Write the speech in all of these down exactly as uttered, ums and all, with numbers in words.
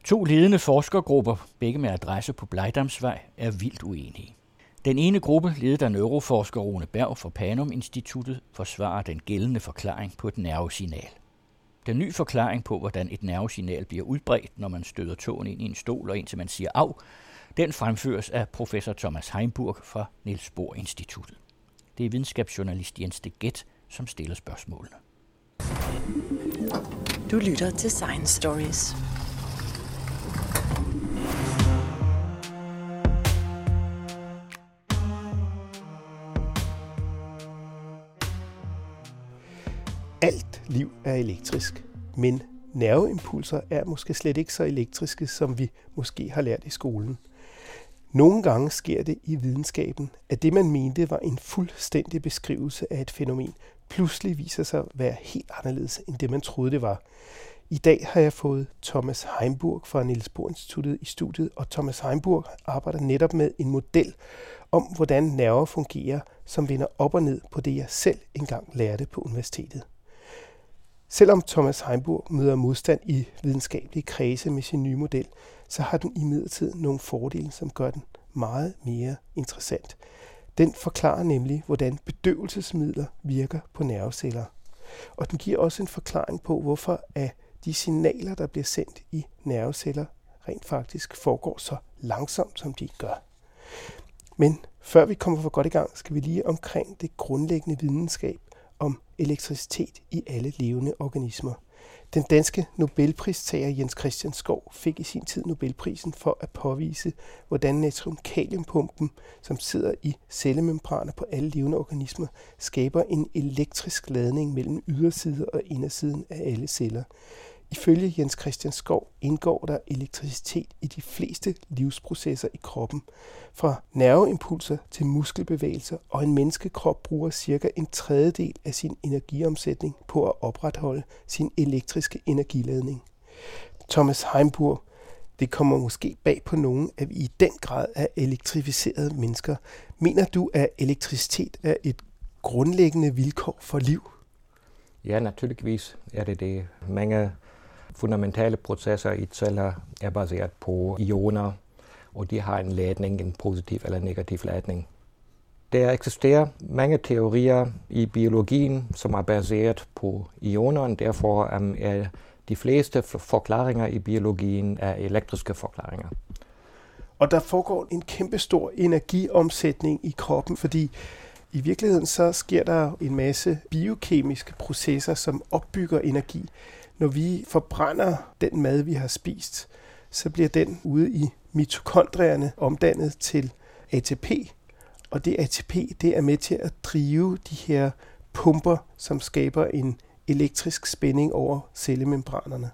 To ledende forskergrupper, begge med adresse på Blegdamsvej, er vildt uenige. Den ene gruppe, ledet af neuroforsker Rune Berg fra Panum-instituttet, forsvarer den gældende forklaring på et nervesignal. Den nye forklaring på, hvordan et nervesignal bliver udbredt, når man støder tåen ind i en stol og indtil man siger af, den fremføres af professor Thomas Heimburg fra Niels Bohr Instituttet. Det er videnskabsjournalist Jens de Get, som stiller spørgsmålene. Du lytter til Science Stories. Alt liv er elektrisk, men nerveimpulser er måske slet ikke så elektriske, som vi måske har lært i skolen. Nogle gange sker det i videnskaben, at det man mente var en fuldstændig beskrivelse af et fænomen, pludselig viser sig at være helt anderledes end det man troede det var. I dag har jeg fået Thomas Heimburg fra Niels Bohr Instituttet i studiet, og Thomas Heimburg arbejder netop med en model om, hvordan nerver fungerer, som vender op og ned på det, jeg selv engang lærte på universitetet. Selvom Thomas Heimburg møder modstand i videnskabelige kredse med sin nye model, så har den imidlertid nogle fordele, som gør den meget mere interessant. Den forklarer nemlig, hvordan bedøvelsesmidler virker på nerveceller. Og den giver også en forklaring på, hvorfor at de signaler, der bliver sendt i nerveceller, rent faktisk foregår så langsomt, som de gør. Men før vi kommer for godt i gang, skal vi lige omkring det grundlæggende videnskab om elektricitet i alle levende organismer. Den danske Nobelpristager Jens Christian Skov fik i sin tid Nobelprisen for at påvise, hvordan natrium-kaliumpumpen, som sidder i cellemembraner på alle levende organismer, skaber en elektrisk ladning mellem ydersiden og indersiden af alle celler. Ifølge Jens Christian Skov indgår der elektricitet i de fleste livsprocesser i kroppen. Fra nerveimpulser til muskelbevægelser, og en menneskekrop bruger cirka en tredjedel af sin energiomsætning på at opretholde sin elektriske energiladning. Thomas Heimburg, det kommer måske bag på nogen, at vi i den grad er elektrificerede mennesker. Mener du, at elektricitet er et grundlæggende vilkår for liv? Ja, naturligvis er det det. Mange fundamentale processer i celler er baseret på ioner, og de har en ladning, en positiv eller negativ ladning. Der eksisterer mange teorier i biologien, som er baseret på ioner, derfor um, er de fleste forklaringer i biologien er elektriske forklaringer. Og der foregår en kæmpestor energiomsætning i kroppen, fordi i virkeligheden så sker der en masse biokemiske processer, som opbygger energi. Når vi forbrænder den mad, vi har spist, så bliver den ude i mitokondrierne omdannet til A T P. Og det A T P, det er med til at drive de her pumper, som skaber en elektrisk spænding over cellemembranerne.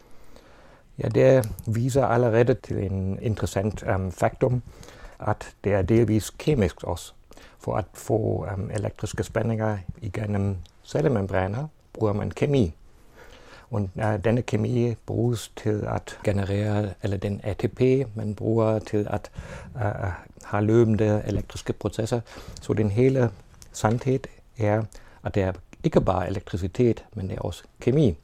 Ja, det viser allerede til en interessant um, faktum, at det er delvis kemisk også. For at få um, elektriske spændinger igennem cellemembraner bruger man kemi. Og uh, denne kemi bruges til at generere, eller den A T P, man bruger til at uh, have løbende elektriske processer. Så den hele sandhed er, at det er ikke bare elektricitet, men det er også kemi.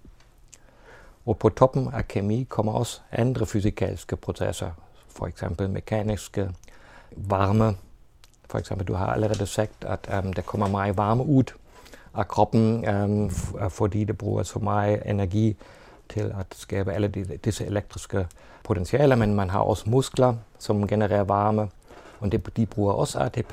Og på toppen af kemi kommer også andre fysikalske processer, for eksempel mekaniske varme. For eksempel, du har allerede sagt, at um, der kommer meget varme ud af kroppen, um, f- fordi det bruger så meget energi til at skabe alle de, disse elektriske potentialer. Men man har også muskler, som genererer varme, og det, de bruger også A T P.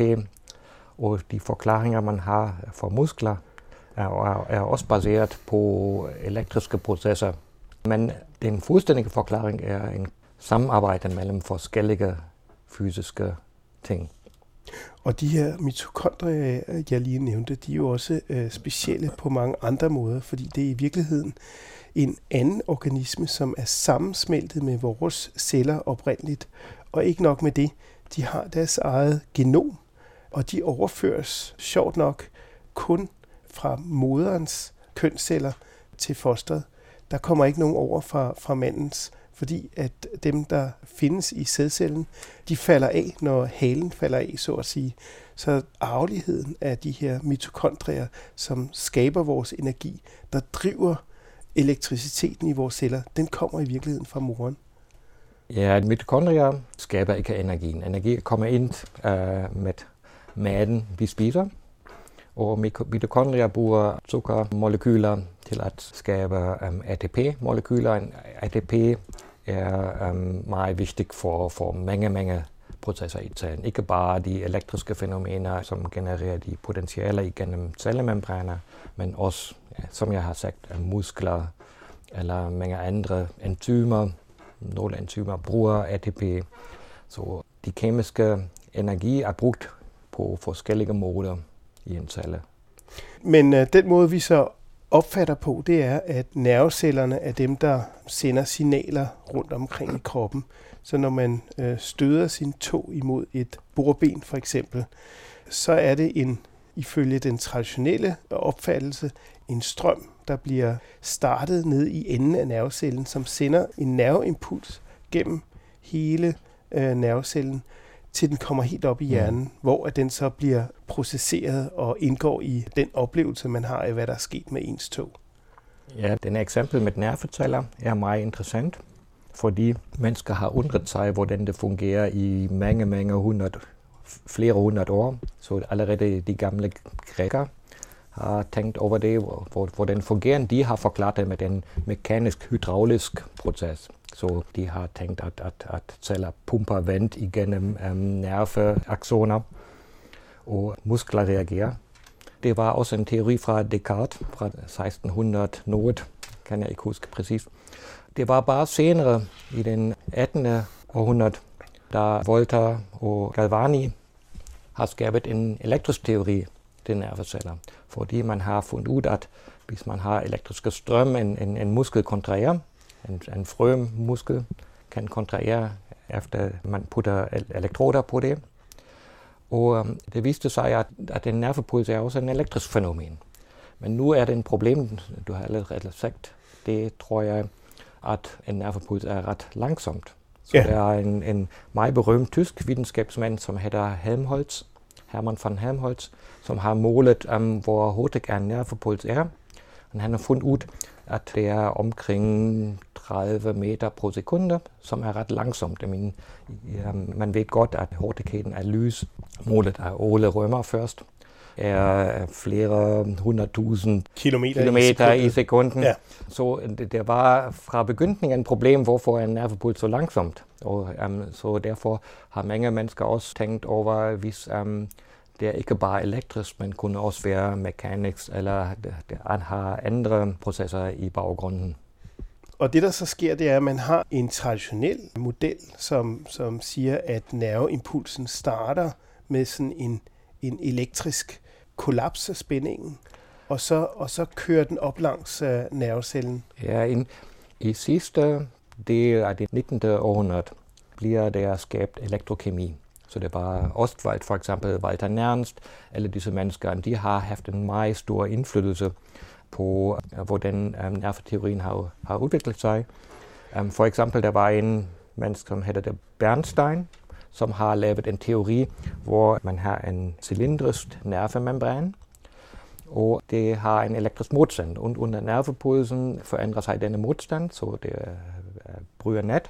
Og de forklaringer, man har for muskler, er, er også baseret på elektriske processer. Men den fuldstændige forklaring er en samarbejde mellem forskellige fysiske ting. Og de her mitokondrier, jeg lige nævnte, de er jo også øh, specielle på mange andre måder, fordi det er i virkeligheden en anden organisme, som er sammensmeltet med vores celler oprindeligt. Og ikke nok med det, de har deres eget genom, og de overføres, sjovt nok, kun fra moderens kønsceller til fosteret. Der kommer ikke nogen over fra, fra mandens, fordi at dem, der findes i sædcellen, de falder af, når halen falder af, så at sige. Så arveligheden af de her mitokondrier, som skaber vores energi, der driver elektriciteten i vores celler, den kommer i virkeligheden fra moren. Ja, mitokondrier skaber ikke energien. Energi kommer ind uh, med maden, vi spiser. Og mitokondrier bruger sukkermolekyler til at skabe um, A T P-molekyler. A T P er um, meget vigtigt for, for mange, mange processer i cellen. Ikke bare de elektriske fænomener, som genererer de potentialer igennem cellemembraner, men også, ja, som jeg har sagt, muskler eller mange andre enzymer. Nogle enzymer bruger A T P. Så de kemiske energi er brugt på forskellige måder i en celle. Men uh, den måde, vi så opfatter på, det er, at nervecellerne er dem, der sender signaler rundt omkring i kroppen. Så når man øh, støder sin tå imod et bordben for eksempel, så er det en, ifølge den traditionelle opfattelse, en strøm, der bliver startet ned i enden af nervecellen, som sender en nerveimpuls gennem hele øh, nervecellen, til den kommer helt op i hjernen, mm. hvor at den så bliver processeret og indgår i den oplevelse, man har af, hvad der er sket med ens tå. Ja, den eksempel med nerveceller er meget interessant, fordi mennesker har undret sig, hvordan det fungerer i mange, mange hundrede, flere hundrede år. Så allerede de gamle grækere har tænkt over det, hvordan fungerer. De har forklaret det med en mekanisk-hydraulisk proces. Så de har tænkt, at, at, at celler pumper vand igennem um, nerveaksoner, og muskler reagerer. Det var også en teori fra Descartes fra seksten hundrede noget, kan jeg ikke huske præcis. Det var bare senere i den attende århundrede, da Volta og Galvani har skabt en elektrisk teori til nerveceller. Fordi man har fundet ud, at hvis man har elektriske strøm, en, en, en muskel kontraherer, en, en frømuskel kan kontrahere efter man putter elektroder på det. Og um, det viste sig, at, at en nervepuls er også en elektrisk fænomen. Men nu er det en problem, du har allerede sagt. Det tror jeg, at en nervepuls er ret langsomt. Så ja. Der er en, en meget berømt tysk videnskabsmand, som hedder Helmholtz, Hermann von Helmholtz, som har målet, um, hvor hurtigt en nervepuls er. Og han har fundet ud, at det er omkring tredive meter per sekunde, som er ret langsomt. I mean, ja, man ved godt, at hurtigheden af lys, målet af Ole Rømer først, er flere hundredtusind kilometer, kilometer i sekunden. Ja. Så det, det var fra begyndelsen et problem, hvorfor er en nervepuls så langsomt. Og um, så derfor har mange mennesker også tænkt over, hvis um, det er ikke bare elektrisk, men kunne også være mekanisk, eller det, det har andre processer i baggrunden. Og det, der så sker, det er, at man har en traditionel model, som, som siger, at nerveimpulsen starter med sådan en, en elektrisk kollaps af spændingen, og så, og så kører den op langs uh, nervecellen. Ja, in, i sidste del af det nittende århundrede bliver der skabt elektrokemi. Så det var Ostwald for eksempel, Walter Nernst, alle disse mennesker, de har haft en meget stor indflydelse på, hvordan um, nerveteorien har, har udviklet sig. Um, for eksempel, der var en menneske, som hedder Bernstein, som har lavet en teori, hvor man har en cylindrisk nervemembran, og det har en elektrisk modstand. Und under nervepulsen forandrer sig denne modstand, så det uh, bryder net.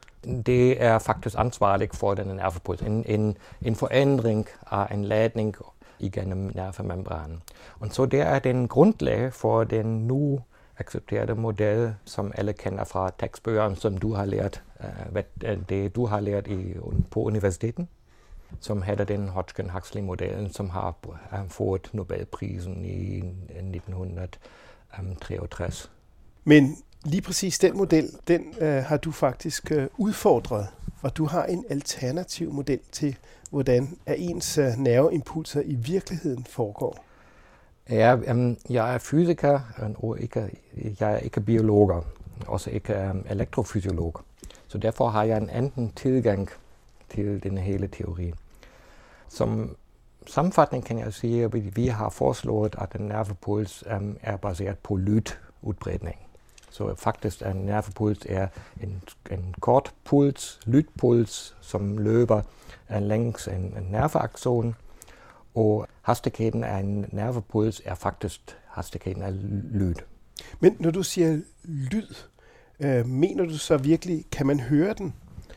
Det er faktisk ansvarligt for denne nervepuls. En, en, en forandring af en ladning igennem nervemembranen. Og så det er den grundlag for den nu accepterede model, som alle kender fra tekstbøgerne, som du har lært, uh, det du har lært i, på universiteten, som hedder den Hodgkin-Huxley-modellen, som har uh, fået Nobelprisen i nitten treogtres. Men lige præcis den model, den øh, har du faktisk øh, udfordret, og du har en alternativ model til, hvordan er ens øh, nerveimpulser i virkeligheden foregår. Ja, um, jeg er fysiker, og ikke, jeg er ikke biolog, også ikke um, elektrofysiolog. Så derfor har jeg en anden tilgang til den hele teori. Som sammenfatning kan jeg sige, at vi har foreslået, at en nervepuls um, er baseret på lydudbredning. Så faktisk en nervepuls er en, en kort puls, lydpuls, som løber længs en, en nerveakson, og hastigheden af en nervepuls er faktisk hastigheden af lyd. Men når du siger lyd, øh, mener du så virkelig, kan man høre den?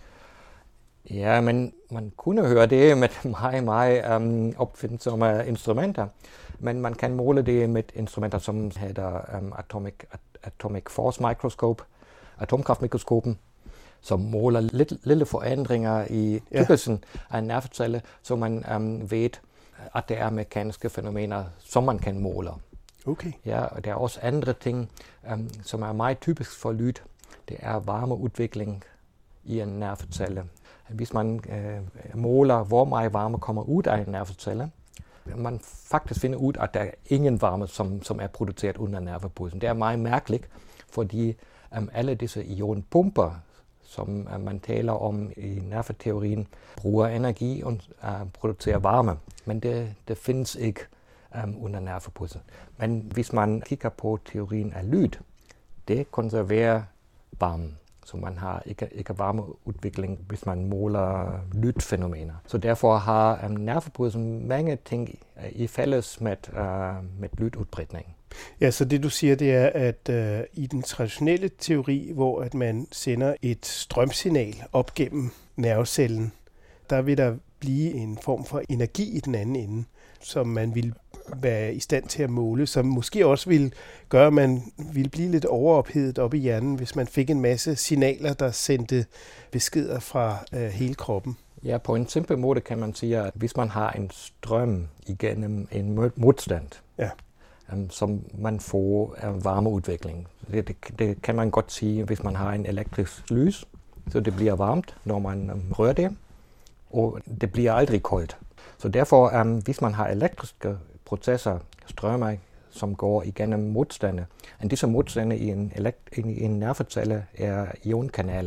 Ja, men man kunne høre det med meget, meget um, opfindsomme instrumenter. Men man kan måle det med instrumenter, som hedder um, Atomic, Atomic Force Microscope, atomkraftmikroskopen, som måler lidt, lille forandringer i tykkelsen ja. af en nervecelle, så man um, ved, at det er mekaniske fænomener, som man kan måle. Okay. Ja, og der er også andre ting, um, som er meget typisk for lyd. Det er varmeudvikling i en nervecelle. Hvis man øh, måler, hvor meget varme kommer ud af en nervecelle, man faktisk finder ud, at der er ingen varme, som, som er produceret under nervepulsen. Det er meget mærkeligt, fordi um, alle disse ionpumper, som uh, man taler om i nerveteorien, bruger energi og uh, producerer varme. Men det, det findes ikke um, under nervepulsen. Men hvis man kigger på teorien af lyd, det konserverer varmen. Så man har ikke, ikke varmeudvikling, hvis man måler lydfænomener. Så derfor har um, nervepulsen mange ting i fælles med, uh, med lydudbredning. Ja, så det du siger, det er, at uh, i den traditionelle teori, hvor at man sender et strømsignal op gennem nervecellen, der vil der blive en form for energi i den anden ende, som man vil være i stand til at måle, som måske også ville gøre, at man ville blive lidt overophedet op i hjernen, hvis man fik en masse signaler, der sendte beskeder fra uh, hele kroppen. Ja, på en simpel måde kan man sige, at hvis man har en strøm igennem en modstand, ja. um, som man får uh, varmeudvikling. Det, det, det kan man godt sige, hvis man har en elektrisk lys, så det bliver varmt, når man um, rører det, og det bliver aldrig koldt. Så derfor, um, hvis man har elektriske processer, strømmer, som går igennem modstande, og disse modstande i en, elekt- i en nervecelle er ionkanaler,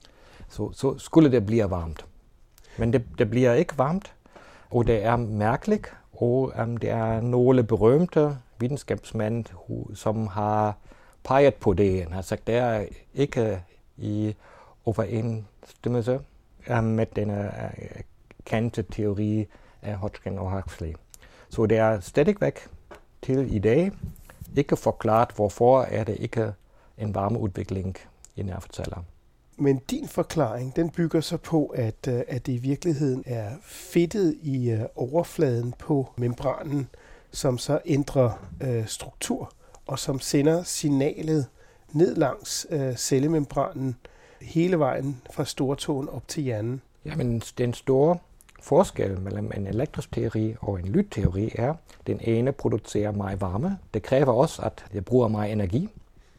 så, så skulle det blive varmt. Men det, det bliver ikke varmt, og det er mærkeligt, og um, det er nogle berømte videnskabsmænd, som har peget på det. Han har sagt, det er ikke i overensstemmelse um, med denne uh, kendte teori af Hodgkin og Huxley. Så det er stadigvæk til i dag ikke forklaret, hvorfor er det ikke en varmeudvikling i nerveceller. Men din forklaring, den bygger så på, at, at det i virkeligheden er fedtet i uh, overfladen på membranen, som så ændrer uh, struktur, og som sender signalet ned langs uh, cellemembranen hele vejen fra stortåen op til hjernen. Jamen, den store forskel mellem en elektrisk teori og en lydteori er, at den ene producerer meget varme. Det kræver også, at det bruger meget energi.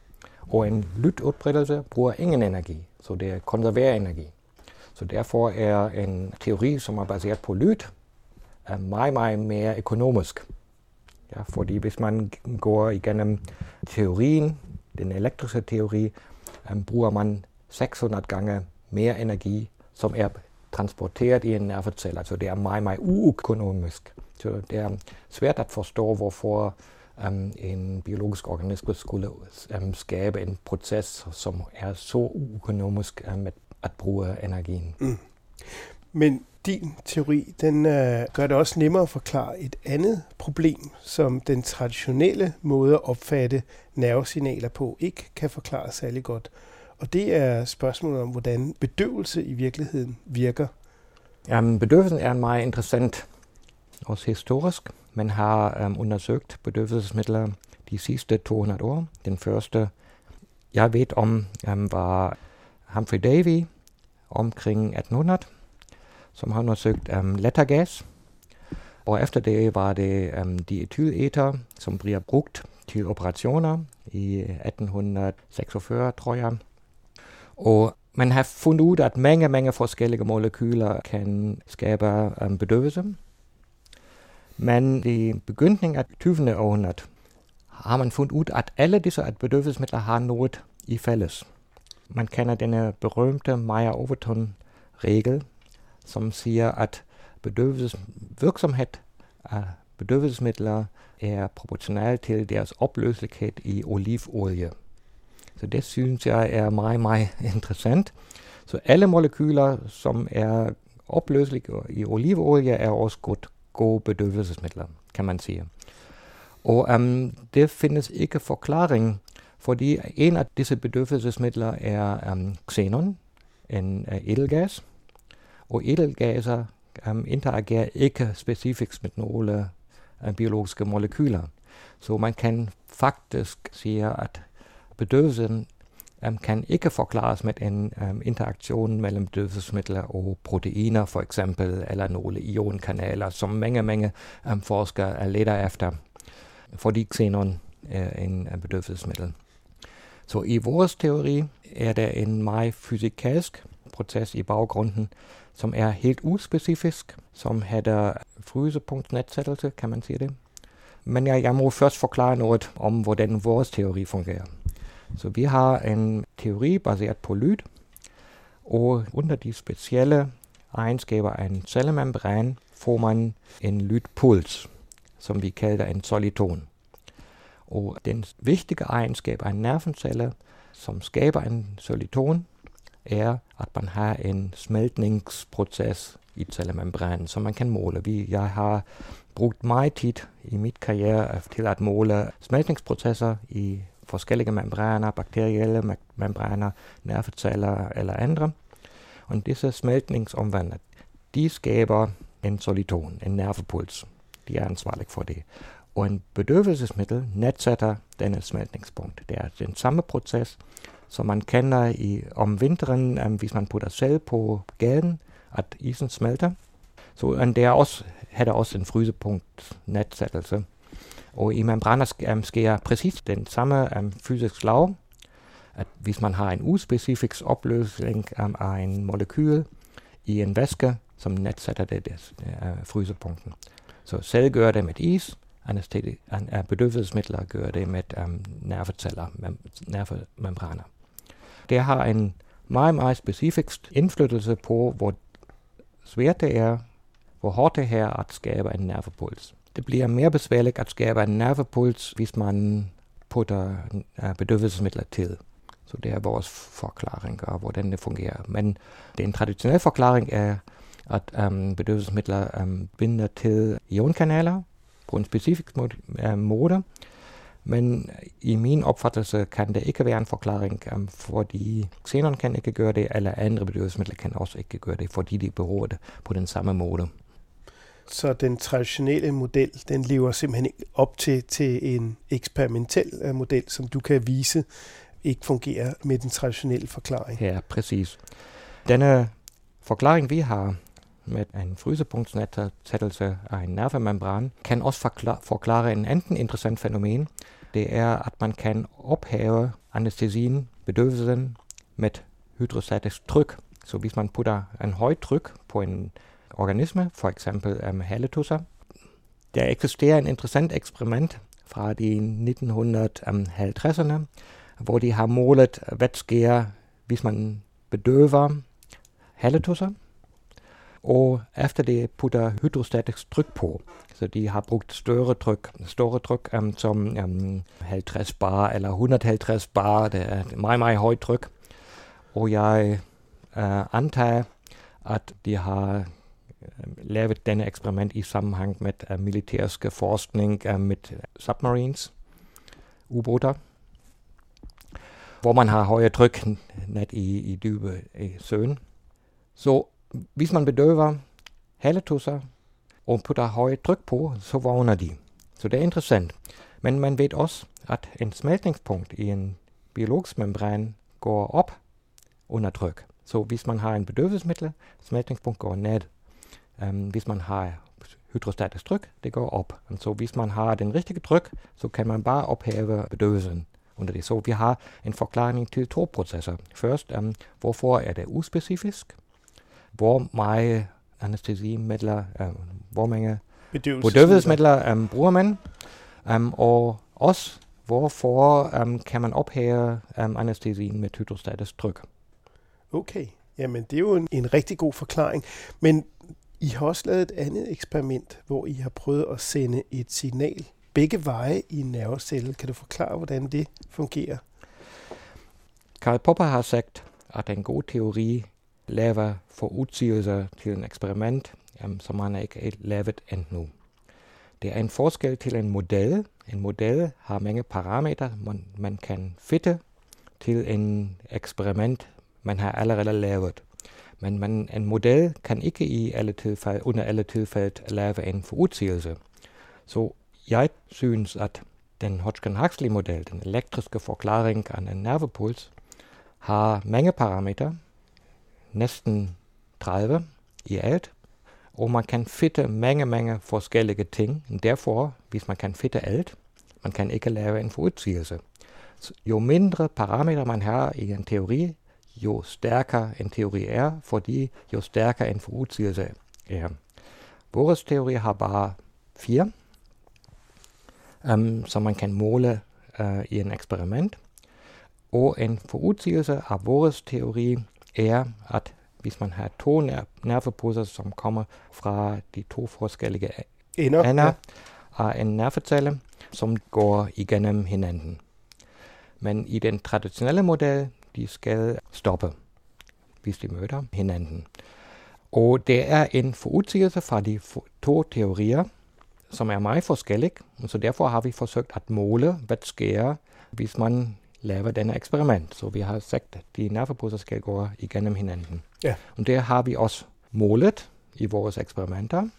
Og en lydudbredelse bruger ingen energi, så det konserverer energi. Så derfor er en teori, som er baseret på lyd, er meget, meget mere økonomisk. Ja, fordi hvis man går igennem teorien, den elektriske teori, um, bruger man seks hundrede gange mere energi, som er transporteret i en nervecelle. Så det er meget, meget uøkonomisk. Så det er svært at forstå, hvorfor um, en biologisk organisme skulle um, skabe en proces, som er så uøkonomisk um, med at bruge energien. Mm. Men din teori, den uh, gør det også nemmere at forklare et andet problem, som den traditionelle måde at opfatte nervesignaler på ikke kan forklare særlig godt. Og det er spørgsmålet om, hvordan bedøvelse i virkeligheden virker. Um, bedøvelsen er meget interessant, også historisk. Man har um, undersøgt bedøvelsesmidler de sidste to hundrede år. Den første, jeg ved om, um, var Humphrey Davy omkring atten hundrede, som har undersøgt um, lattergas. Og efter det var det um, diethylether, som bliver brugt til operationer i atten seksogfyrre, tror jeg. Og man har fundet ud, at mange, mange forskellige molekyler kan skabe um, bedøvelse. Men i begyndelsen af tyvende århundrede har man fundet ud, at alle disse bedøvelsesmidler har noget i fælles. Man kender denne berømte Meyer-Overton-regel, som siger, at bedøvelsesvirksomhed af bedøvelsesmidler er proportional til deres opløselighed i olivolie. Så det synes jeg er meget, meget interessant. Så alle molekyler, som er opløselige i olivolie, er også godt gode bedøvelsesmidler, kan man sige. Og um, det findes ikke forklaring, fordi en af disse bedøvelsesmidler er um, xenon, en uh, edelgas, og ædelgaser um, interagerer ikke specifikt med nogle um, biologiske molekyler. Så man kan faktisk sige, at bedøvelsen um, kan ikke forklares med en um, interaktion mellem bedøvelsesmidler og proteiner for eksempel, eller nogle ionkanaler, som mange, mange um, forskere leder efter, fordi xenon er en um, bedøvelsesmiddel. Så i vores teori er der en meget fysikalsk proces i baggrunden, som er helt uspecifisk, som hedder frysepunktsnetsættelse, kan man sige det. Men jeg, jeg må først forklare noget om, hvordan vores teori fungerer. Så vi har en teori baseret på lyd, og under de specielle egenskaber af en cellemembran får man en lydpuls, som vi kalder en soliton. Og den vigtige egenskab af en nervencelle, som skaber en soliton, er, at man har en smeltningsproces i cellemembranen, som man kan måle. Vi, jeg har brugt meget tid i mit karriere til at måle smeltningsprocesser i forskellige membraner, bakterielle membraner, nerveceller eller andre. Og disse smeltningsomvandler, de skaber en soliton, en nervepuls. De er ansvarlige for det. Og en bedøvelsesmiddel nedsætter denne smeltningspunkt. Det er den samme proces, som man kender i, om vinteren, um, hvis man putter selv på gaden, at isen smelter. Så um, det er også, har der også en frysepunkt nedsættelse. Og i membraner um, sker præcis den samme um, fysisk lov, at hvis man har en uspecifisk opløsning um, af en molekyl i en væske, som nedsætter det, det uh, frysepunkten. Så selv gør det med is, anæsteti, an, uh, bedøvelsesmidler gør det med um, nerveceller, mem, nervemembraner. Det har en meget, meget specifisk indflydelse på, hvor svært det er, hvor hårdt det er at skabe en nervepuls. Det bliver mere besværligt at skabe en nervepuls, hvis man putter uh, bedøvelsesmidler til. Så det er vores forklaring af, hvordan det fungerer. Men den traditionelle forklaring er, at um, bedøvelsesmidler um, binder til ionkanaler på en specifik måde, uh, måde. Men i min opfattelse kan det ikke være en forklaring, um, fordi xenon kan ikke gøre det, eller andre bedøvelsesmidler kan også ikke gøre det, fordi de beror det på den samme måde. Så den traditionelle model, den lever simpelthen ikke op til, til en eksperimentel model, som du kan vise ikke fungerer med den traditionelle forklaring. Ja, præcis. Denne forklaring, vi har med en frysepunktsnedsættelse af en nervemembran, kan også forklare, forklare en anden interessant fænomen. Det er, at man kan ophæve anæstesien, bedøvelsen, med hydrostatisk tryk. Så hvis man putter en højt tryk på en organisme, for eksempel um, haletusser, der eksisterer en interessant eksperiment fra de nitten halvtredserne, hvor de har målet, hvad sker, hvis man bedøver haletusser, og efter det putter hydrostatisk tryk på. Så de har brugt større tryk, større tryk um, som um, halvtreds bar eller et hundrede og halvtreds bar, det er et meget, meget højt tryk. Og jeg uh, antager, at de har uh, lavet denne eksperiment i sammenhæng med uh, militærske forskning uh, med submarines, ubåter, hvor man har højere tryk net i, i dybe i søen. Så hvis man bedøver haletusser og putter højt tryk på, så vågner de. Så det er interessant. Men man ved også, at en smeltningspunkt i en biologisk membran går op under tryk. Så hvis man har en bedøvelsesmiddel, smeltningspunkt går ned. Um, hvis man har hydrostatisk tryk, det går op. Så hvis man har den rigtige tryk, så kan man bare ophæve bedøvelsen under det. Så vi har en forklaring til to processer. Først, um, hvorfor er det uspecifisk? Hvor meget anæstesimidler, um, hvor mange bedøvelsesmidler um, bruger man? Um, og også, hvorfor um, kan man ophæve um, anæstesien med hydrostatisk tryk? Okay, jamen det er jo en, en rigtig god forklaring. Men I har også lavet et andet eksperiment, hvor I har prøvet at sende et signal begge veje i en nervecelle. Kan du forklare, hvordan det fungerer? Karl Popper har sagt, at en god teori laver forudsigelser til en eksperiment, um, som man ikke lavet endnu. Det er en forskel til en model. En model har mange parametre, man, man kan fitte til en eksperiment, man har allerede lavet. Men man, en model kan ikke i alle tilfælde, under alle tilfælde lave en forudsigelse. Så jeg synes, at den Hodgkin-Huxley-model, den elektriske forklaring af en nervepuls, har mange parametre, næsten tredive i alt, og man kan fitte mange, mange forskellige ting. Derfor, hvis man kan fitte alt, man kan ikke lave en forudsigelse. Så jo mindre parametre man har i en teori, jo stærkere en teori er, fordi jo stærkere en forudsigelse er. Vores teori har bare fire, um, som man kan måle uh, i en eksperiment. Og en forudsigelse af vores teori er, at hvis man har to ner- nervepulser, som kommer fra de to forskellige ender ja. af en nervecelle, som går igennem hinanden. Men i den traditionelle model, de skal stoppe, hvis de møder hinanden. Og det er en forudsigelse fra de to teorier, som er meget forskellige, så derfor har vi forsøgt at måle, hvad sker, hvis man laver denne eksperiment. Så vi har sagt, at de nervepulser skal gå igennem hinanden. Ja. Og det har vi også målet i vores eksperimenter,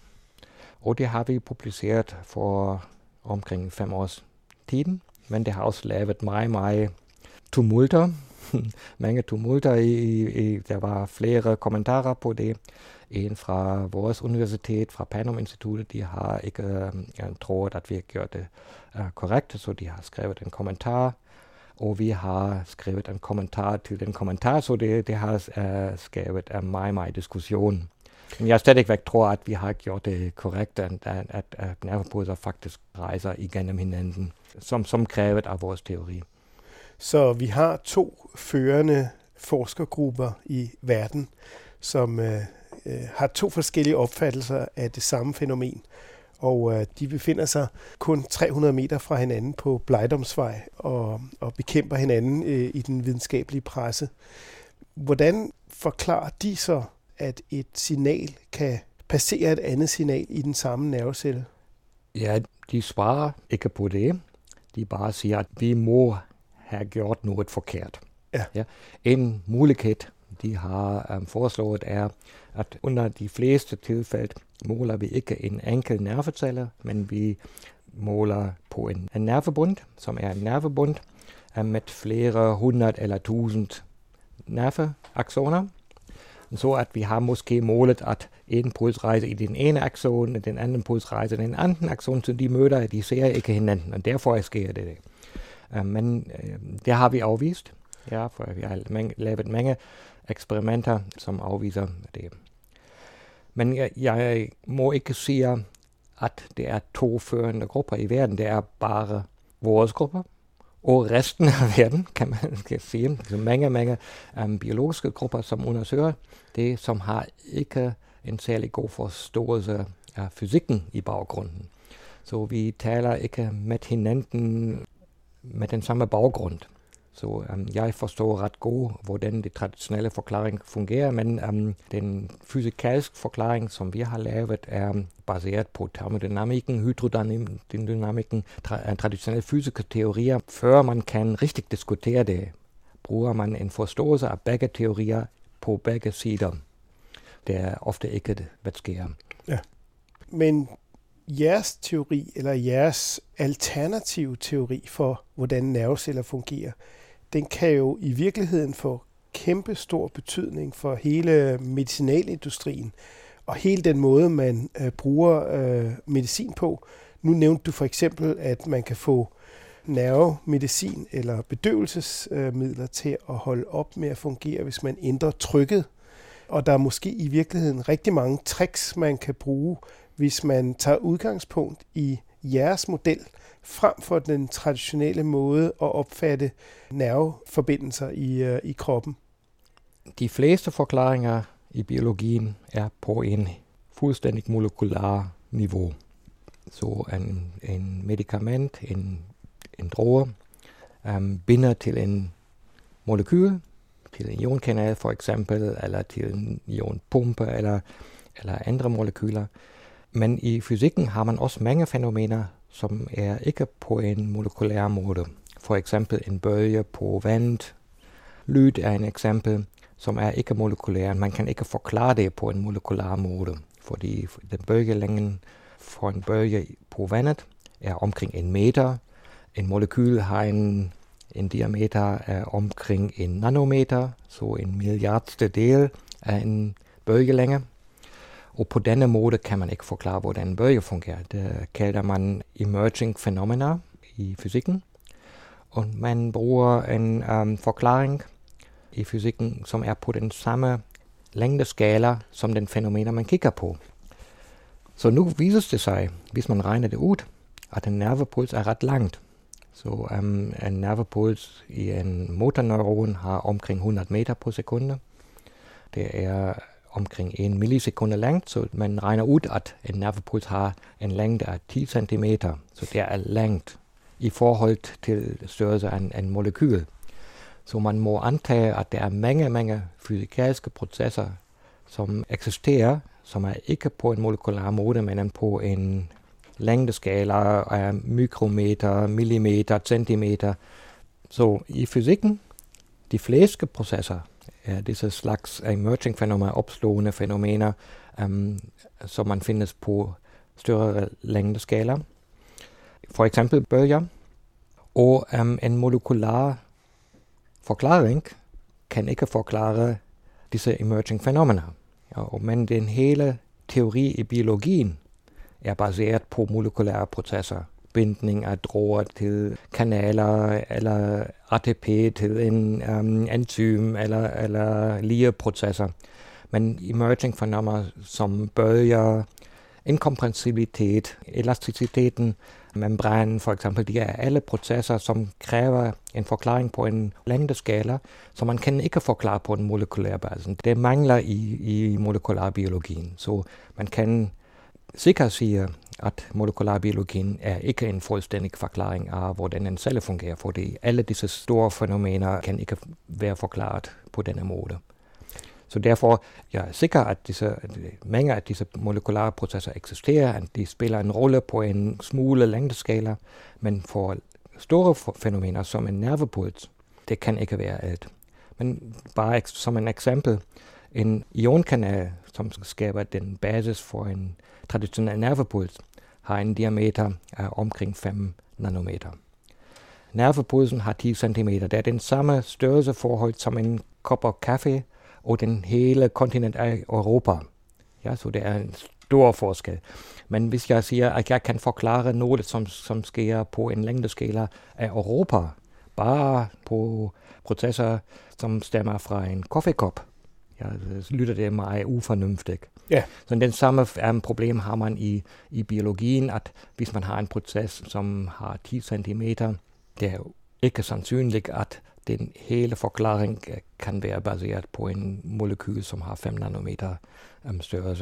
og det har vi publiceret for omkring fem års tiden, men det har også lavet meget, meget tumulter. Mange tumulter. I, i, der var flere kommentarer på det. En fra vores universitet, fra Panum-instituttet, de har ikke uh, troet, at vi har gjort det uh, korrekt, så de har skrevet en kommentar, og vi har skrevet en kommentar til den kommentar, så det, det har uh, skrevet en meget, meget diskussion. Men jeg stadigvæk tror, at vi har gjort det korrekt, at, at, at, at nervepulser faktisk rejser igennem hinanden, som, som krævet af vores teori. Så vi har to førende forskergrupper i verden, som øh, øh, har to forskellige opfattelser af det samme fænomen. Og øh, de befinder sig kun tre hundrede meter fra hinanden på Blegdomsvej og, og bekæmper hinanden øh, i den videnskabelige presse. Hvordan forklarer de så, at et signal kan passere et andet signal i den samme nervecelle? Ja, de svarer ikke på det. De bare siger, at vi må have gjort noget forkert. Ja. Ja. En mulighed, de har um, foreslået, er, at under de fleste tilfælde måler vi ikke en enkelt nervecelle, men vi måler på en, en nervebund, som er en nervebund um, med flere hundrede eller tusind nerveaksoner. Så at vi har måske målet, at en puls rejser i den ene akson, og den anden puls rejser i den anden akson, så de møder, de ser ikke hinanden, og derfor sker det. Uh, men uh, det har vi afvist, ja, for vi har mange, lavet mange eksperimenter, som afviser det. Men jeg, jeg må ikke sige, at det er to førende grupper i verden, det er bare vores grupper, og resten af verden, kan man kan sige. Så mange, mange um, biologiske grupper, som undersøger det, som har ikke en særlig god forståelse af fysikken i baggrunden. Så vi taler ikke med hinanden med den samme baggrund. Så um, jeg forstår ret godt, hvordan den traditionelle forklaring fungerer, men um, den fysikalske forklaring, som vi har lavet, er baseret på termodynamikken, hydrodynamikken, tra- traditionelle fysiske teorier. Før man kan rigtig diskutere det, bruger man en forståelse af begge teorier på begge sider. Det er ofte ikke det, hvad sker. Ja. Men jeres teori, eller jeres alternative teori for, hvordan nerveceller fungerer, den kan jo i virkeligheden få kæmpe stor betydning for hele medicinalindustrien og hele den måde, man øh, bruger øh, medicin på. Nu nævnte du for eksempel, at man kan få nervemedicin eller bedøvelsesmidler øh, til at holde op med at fungere, hvis man ændrer trykket. Og der er måske i virkeligheden rigtig mange tricks, man kan bruge, hvis man tager udgangspunkt i jeres model, frem for den traditionelle måde at opfatte nerveforbindelser i, øh, i kroppen. De fleste forklaringer i biologien er på en fuldstændig molekylær niveau. Så en, en medicament, en, en droge, um, binder til en molekyl, til en ionkanal for eksempel, eller til en ionpumpe, eller, eller andre molekyler. Men i fysikken har man også mange fænomener, som er ikke på en molekylær måde. For eksempel en bølge på vand. Lyd er en eksempel. som er ikke molekylære. Man kan ikke forklare det på en molekylær måde, fordi den bølgelængden for en bølge på vandet er omkring en meter. En molekyl har en, en diameter af omkring en nanometer, så en milliardste del af en bølgelænge. Og på denne måde kan man ikke forklare, hvordan en bølge fungerer. Det kalder man emerging phenomena i fysikken. Og man bruger en um, forklaring i fysikken, som er på den samme længdeskala som den fænomener, man kigger på. Så nu viser det sig, hvis man regner det ud, at en nervepuls er ret langt. Så um, en nervepuls i en motorneuron har omkring hundrede meter på sekunde. Det er omkring en millisekunde langt, så man regner ud, at en nervepuls har en længde af ti centimeter. Så det er langt i forhold til størrelse af en, en molekyl. Så man må antage, at der er mange, mange fysikalske processer, som eksisterer, som er ikke på en molekylær måde, men på en længdeskala af mikrometer, millimeter, centimeter. Så i fysikken, de fleste processer er disse slags emerging fænomener, opslående fænomener, um, som man findes på større længdeskala. For eksempel bølger. Og um, en molekylær forklaring kan ikke forklare disse emerging fænomener. Ja, men den hele teori i biologien er baseret på molekylære processer. Bindning af droger til kanaler, eller A T P til en um, enzym, eller, eller ligeprocesser. Men emerging fænomener som bølger, inkompressibilitet, elasticiteten, membranen for eksempel, de er alle processer, som kræver en forklaring på en længdeskala, som man kan ikke forklare på en molekylær basis. Det mangler i, i molekylærbiologien, så man kan sikkert sige, at molekylærbiologien er ikke en fuldstændig forklaring af, hvordan en celle fungerer, fordi alle disse store fænomener kan ikke være forklaret på denne måde. Så derfor jeg er jeg sikker, at disse, mange af disse molekylære processer eksisterer, at de spiller en rolle på en smule længdeskala, men for store fænomener som en nervepuls, det kan ikke være alt. Men bare som en eksempel, en ionkanal, som skaber den basis for en traditionel nervepuls, har en diameter af omkring fem nanometer. Nervepulsen har ti centimeter. Det er den samme størrelseforhold som en kop af kaffe og den hele kontinent af Europa. Ja, så det er en stor forskel. Men hvis jeg siger, at jeg kan forklare noget, som, som sker på en længdeskala af Europa, bare på processer, som stammer fra en kaffekop, ja, så lyder det meget ufornuftigt. Yeah. Så den samme um, problem har man i, i biologien, at hvis man har en proces, som har ti centimeter, det er jo ikke sandsynligt, at den hele forklaring kan være baseret på en molekyl, som har fem nanometer um, størrelse.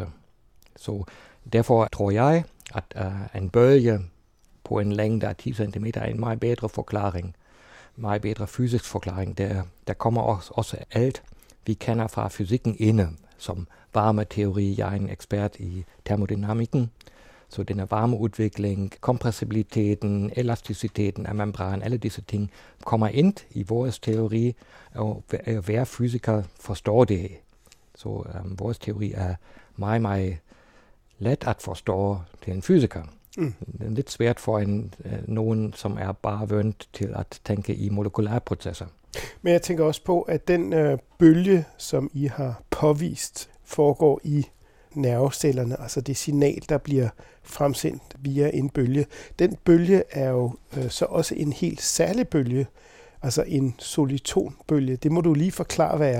Så derfor tror jeg, at uh, en bølge på en længde af ti centimeter er en meget bedre forklaring, meget bedre fysisk forklaring. Der, der kommer også, også alt, vi kender fra fysikken inde, som varmeteori. Jeg er en ekspert i termodynamikken, så denne varmeudvikling, kompressibiliteten, elasticiteten af membran, alle disse ting kommer ind i vores teori, og hver fysiker forstår det. Så um, vores teori er meget, meget let at forstå til en fysiker. Mm. Det er lidt svært for en, uh, nogen, som er bare vant til at tænke i molekylære processer. Men jeg tænker også på, at den øh, bølge, som I har påvist, foregår i nervecellerne, altså det signal, der bliver fremsendt via en bølge. Den bølge er jo øh, så også en helt særlig bølge, altså en solitonbølge. Det må du lige forklare, hvad er.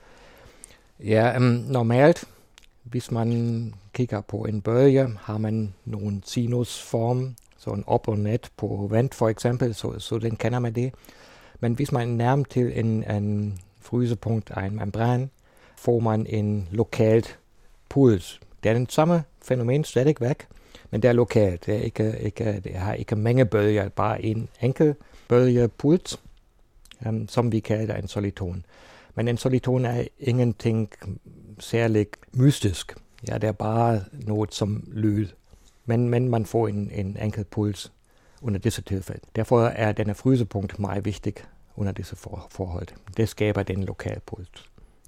Ja, um, normalt, hvis man kigger på en bølge, har man nogle sinusform, så en op og ned på vand for eksempel, så, så den kender man det. Men hvis man er nærmest til en, en frysepunkt af en membran, får man en lokalt puls. Det er den samme fænomen stadig væk, men det er lokalt. Det, er ikke, ikke, det har ikke mange bølger, bare en enkelt bølgepuls, um, som vi kalder en soliton. Men en soliton er ingenting særligt mystisk. Ja, det er bare noget som lyd. Men, men man får en, en enkelt puls under disse tilfælde. Derfor er denne frysepunkt meget vigtig under disse for- forhold. Det skaber den lokale puls.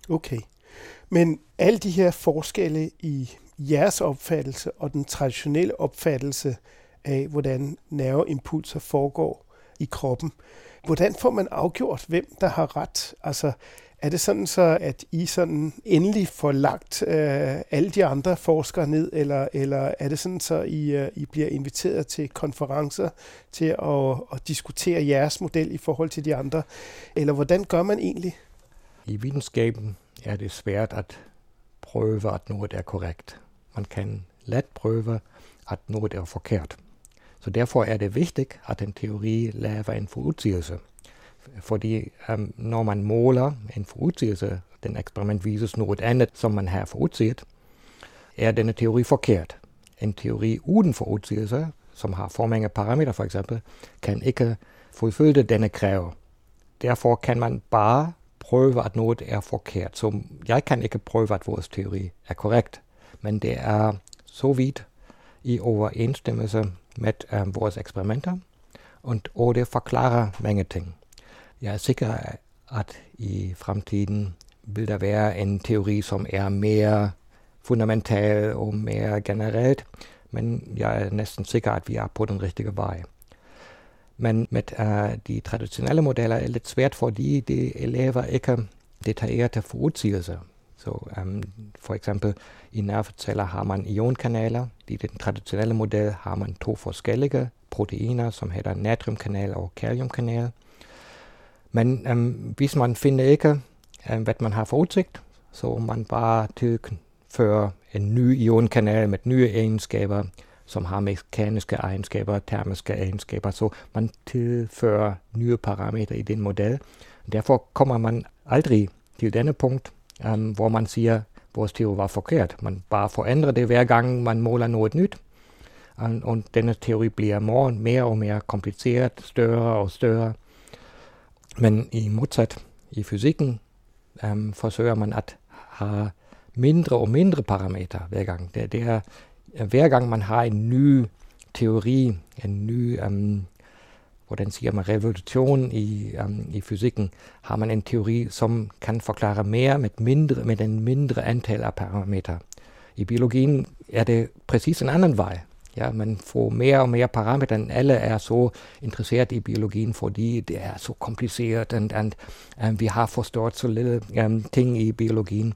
Okay. Men alle de her forskelle i jeres opfattelse og den traditionelle opfattelse af, hvordan nerveimpulser foregår i kroppen, hvordan får man afgjort, hvem der har ret? Altså, er det sådan så, at I sådan endelig får lagt øh, alle de andre forskere ned, eller, eller er det sådan så, I, øh, I bliver inviteret til konferencer til at, at diskutere jeres model i forhold til de andre? Eller hvordan gør man egentlig? I videnskaben er det svært at prøve, at noget er korrekt. Man kan let prøve, at noget er forkert. Så derfor er det vigtigt, at en teori laver en forudsigelse. Fordi um, når man måler en forudsigelse, den eksperiment viser noget andet, som man har forudset, er denne teori forkert. En teori uden forudsigelse, som har for mange parametre for eksempel, kan ikke forfølge denne krav. Derfor kan man bare prøve, at noget er forkert. Så jeg kan ikke prøve, at vores teori er korrekt, men det er så vidt i overensstemmelse med um, vores eksperimenter, og, og det forklarer mange ting. Jeg er sikker, at i fremtiden vil der være en teori, som er mere fundamental og mere generelt, men jeg er næsten sikker, at vi er på den rigtige vej. Men med uh, de traditionelle modeller er det lidt svært, fordi de elever ikke detaljerte forudsigelser. Så um, for eksempel i nerveceller har man ionkanaler. I den traditionelle model har man to forskellige proteiner, som hedder natriumkanal og kaliumkanal. Men um, hvis man finder ikke, um, hvad man har forudsigt, så man bare tilfører en ny ionkanal med nye egenskaber, som har mekaniske egenskaber, termiske egenskaber, så man tilfører nye parametre i den model. Derfor kommer man aldrig til denne punkt, um, hvor man siger, at vores teori var forkert. Man bare forandrer det hver gang, man måler noget nyt. Og, og denne teori bliver mere, mere og mere kompliceret, større og større. Men i modsat, i fysikken, um, forsøger man at have mindre og mindre parametre hver gang. Det, det er, hver gang man har en ny teori, en ny, um, hvordan siger man, revolution i, um, i fysikken, har man en teori, som kan forklare mere med, mindre, med en mindre antal af parametre. I biologien er det præcis en anden vej. Ja, man får mere og mere parametre, end alle er så interesseret i biologien, fordi det er så kompliceret, og, og um, vi har forstået så lille um, ting i biologien.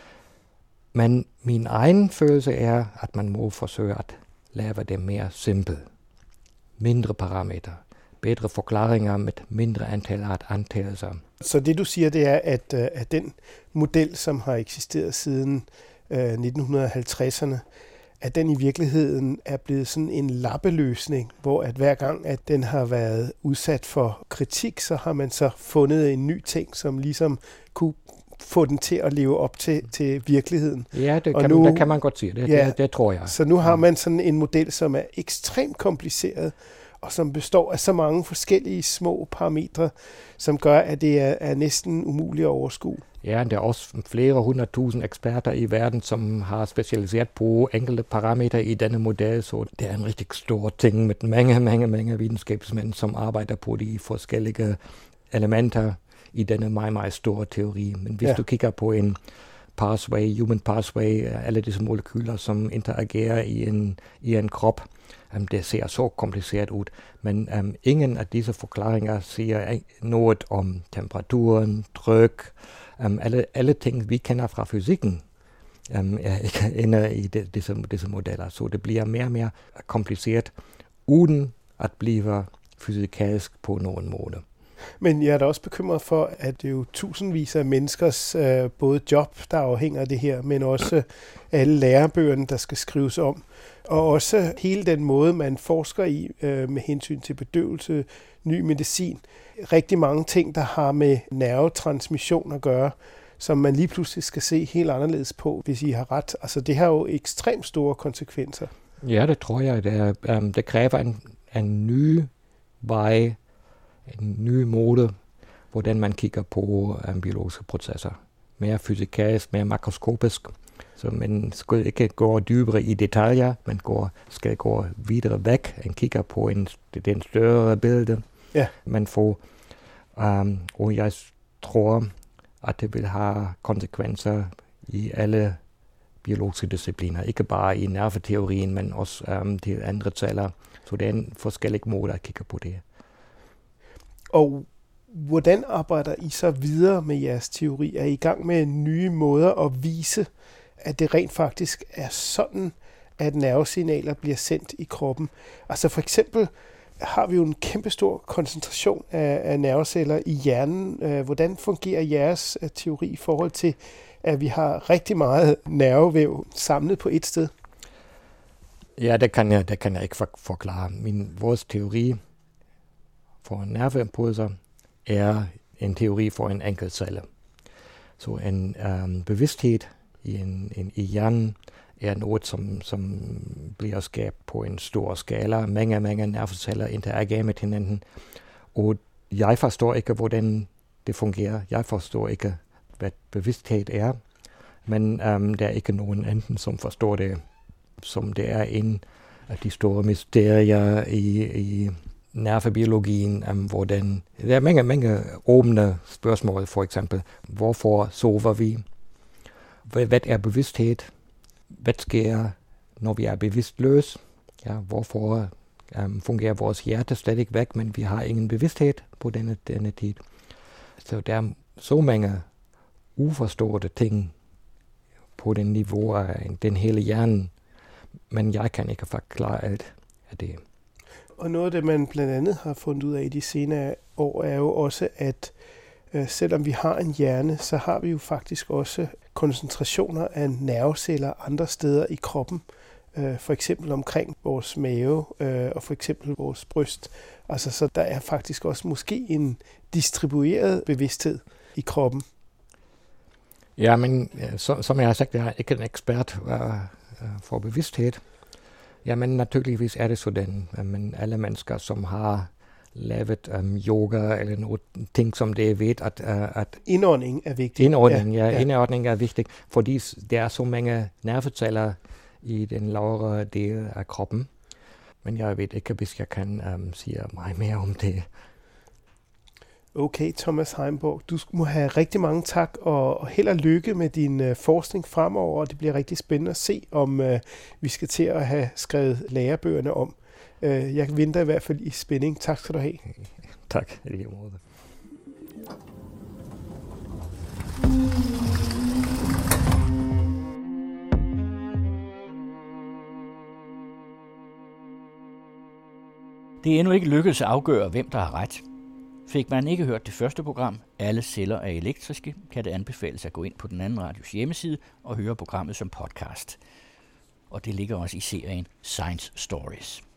Men min egen følelse er, at man må forsøge at lave det mere simpelt. Mindre parametre, bedre forklaringer med mindre antal af antagelser. Så det du siger, det er, at, at den model, som har eksisteret siden øh, nitten halvtredserne, at den i virkeligheden er blevet sådan en lappeløsning, hvor at hver gang, at den har været udsat for kritik, så har man så fundet en ny ting, som ligesom kunne få den til at leve op til, til virkeligheden. Ja, det kan, nu, det kan man godt sige. Det, ja, det, det tror jeg. Så nu har man sådan en model, som er ekstremt kompliceret, og som består af så mange forskellige små parametre, som gør, at det er, er næsten umuligt at overskue. Ja, der er også flere hundredtusind eksperter i verden, som har specialiseret på enkelte parametre i denne model, så det er en rigtig stor ting med mange, mange, mange videnskabsmænd, som arbejder på de forskellige elementer i denne meget, meget store teori. Men hvis ja. du kigger på en pathway, human pathway, alle disse molekyler, som interagerer i en, i en krop, um, det ser så kompliceret ud. Men um, ingen af disse forklaringer siger noget om temperaturen, tryk, um, alle, alle ting, vi kender fra fysikken, um, er ikke inde i de, disse, disse modeller. Så det bliver mere og mere kompliceret, uden at blive fysikalsk på nogen måde. Men jeg er da også bekymret for, at det er jo tusindvis af menneskers øh, både job, der afhænger af det her, men også alle lærebøgerne, der skal skrives om. Og også hele den måde, man forsker i øh, med hensyn til bedøvelse, ny medicin. Rigtig mange ting, der har med nervetransmission at gøre, som man lige pludselig skal se helt anderledes på, hvis I har ret. Altså det har jo ekstremt store konsekvenser. Ja, det tror jeg. Det, er, um, det kræver en, en ny vej, en ny måde, hvordan man kigger på um, biologiske processer. Mere fysikalisk, mere makroskopisk. Så man skal ikke gå dybere i detaljer, man går, skal gå videre væk og kigger på en, den større billede. Ja. Man får, um, og jeg tror, at det vil have konsekvenser i alle biologiske discipliner. Ikke bare i nerveteorien, men også um, til andre celler. Så det er en forskellig måde at kigge på det. Og hvordan arbejder I så videre med jeres teori? Er I i gang med nye måder at vise, at det rent faktisk er sådan, at nervesignaler bliver sendt i kroppen? Altså for eksempel har vi jo en kæmpestor koncentration af, af nerveceller i hjernen. Hvordan fungerer jeres teori i forhold til, at vi har rigtig meget nervevæv samlet på et sted? Ja, det kan jeg, det kan jeg ikke forklare. Min, vores teori for nerveimpulser er en teori for en enkelt celle. Så en um, bevidsthed i, en, en, i hjernen er noget, som, som bliver skabt på en stor skala. Mange, mange nerveceller interagerer med hinanden. Og jeg forstår ikke, hvordan det fungerer. Jeg forstår ikke, hvad bevidsthed er. Men um, der er ikke nogen anden, som forstår det, som det er en af de store mysterier i, i nervebiologien, um, hvor den, der er mange, mange åbne spørgsmål, for eksempel, hvorfor sover vi? Hvad er bevidsthed? Hvad sker, når vi er bevidstløs? Ja, hvorfor um, fungerer vores hjerte stadig væk, men vi har ingen bevidsthed på denne, denne tid? Så der er så mange uforståede ting på den niveau af den hele hjernen, men jeg kan ikke forklare alt af det. Og noget af det, man blandt andet har fundet ud af i de senere år, er jo også, at øh, selvom vi har en hjerne, så har vi jo faktisk også koncentrationer af nerveceller andre steder i kroppen. Øh, for eksempel omkring vores mave øh, og for eksempel vores bryst. Altså, så der er faktisk også måske en distribueret bevidsthed i kroppen. Ja, men så, som jeg har sagt, jeg er ikke en ekspert uh, for bevidsthed. Ja, men naturligvis er det sådan, men alle mennesker, som har lavet um, yoga eller noget ting, som det ved, at... Uh, at indånding er vigtigt. Indånding, ja, ja, indånding er vigtigt, fordi der er så mange nerveceller i den lavere del af kroppen. Men jeg ved ikke, hvis jeg kan um, sige meget mere om det. Okay, Thomas Heimborg, du må have rigtig mange tak, og held og lykke med din uh, forskning fremover, og det bliver rigtig spændende at se, om uh, vi skal til at have skrevet lærebøgerne om. Uh, jeg venter i hvert fald i spænding. Tak skal du have. Tak, i lige måde. Det er endnu ikke lykkedes at afgøre, hvem der har ret. Fik man ikke hørt det første program, Alle celler er elektriske, kan det anbefales at gå ind på den anden radios hjemmeside og høre programmet som podcast. Og det ligger også i serien Science Stories.